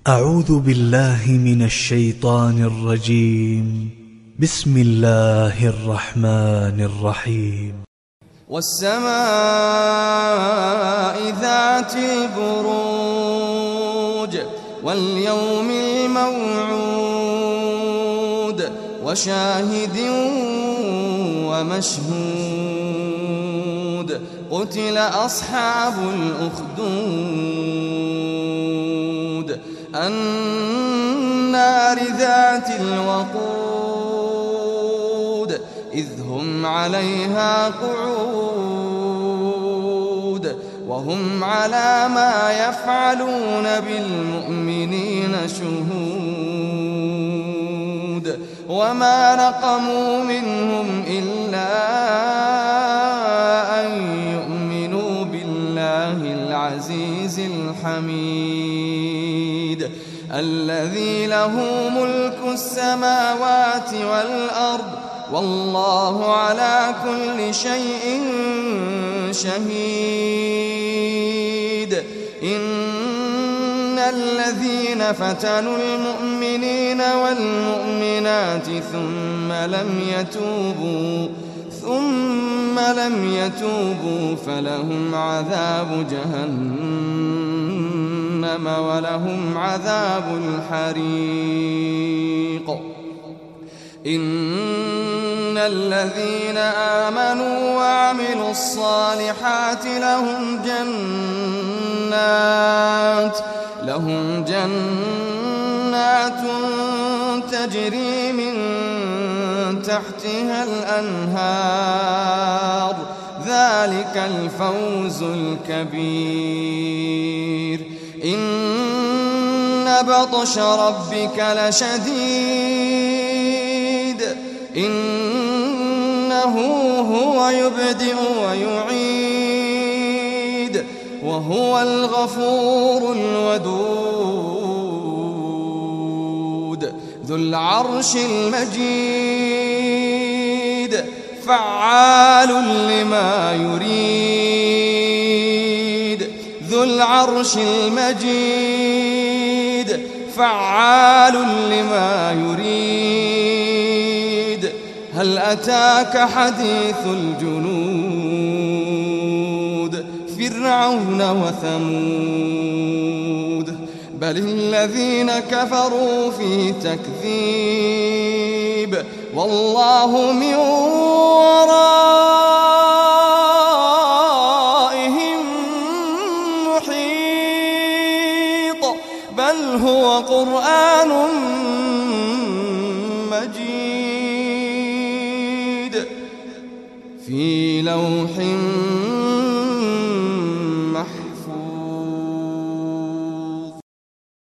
أعوذ بالله من الشيطان الرجيم. بسم الله الرحمن الرحيم. والسماء ذات البروج واليوم الموعود وشاهد ومشهود قتل أصحاب الأخدود النار ذات الوقود إذ هم عليها قعود وهم على ما يفعلون بالمؤمنين شهود وما نقموا منهم إلا أن يؤمنوا بالله العزيز الحميد الذي له ملك السماوات والأرض والله على كل شيء شهيد. إن الذين فتنوا المؤمنين والمؤمنات ثم لم يتوبوا فلهم عذاب جهنم ولهم عذاب الحريق. إن الذين آمنوا وعملوا الصالحات لهم جنات تجري من تحتها الأنهار ذلك الفوز الكبير. إن بطش ربك لشديد إنه هو يبدئ ويعيد وهو الغفور الودود ذو العرش المجيد فعال لما يريد ذو العرش المجيد فعال لما يريد. هل أتاك حديث الجنود فرعون وثمود بل الذين كفروا في تكذيب والله من ورائهم محيط بل هو قرآن مجيد في لوح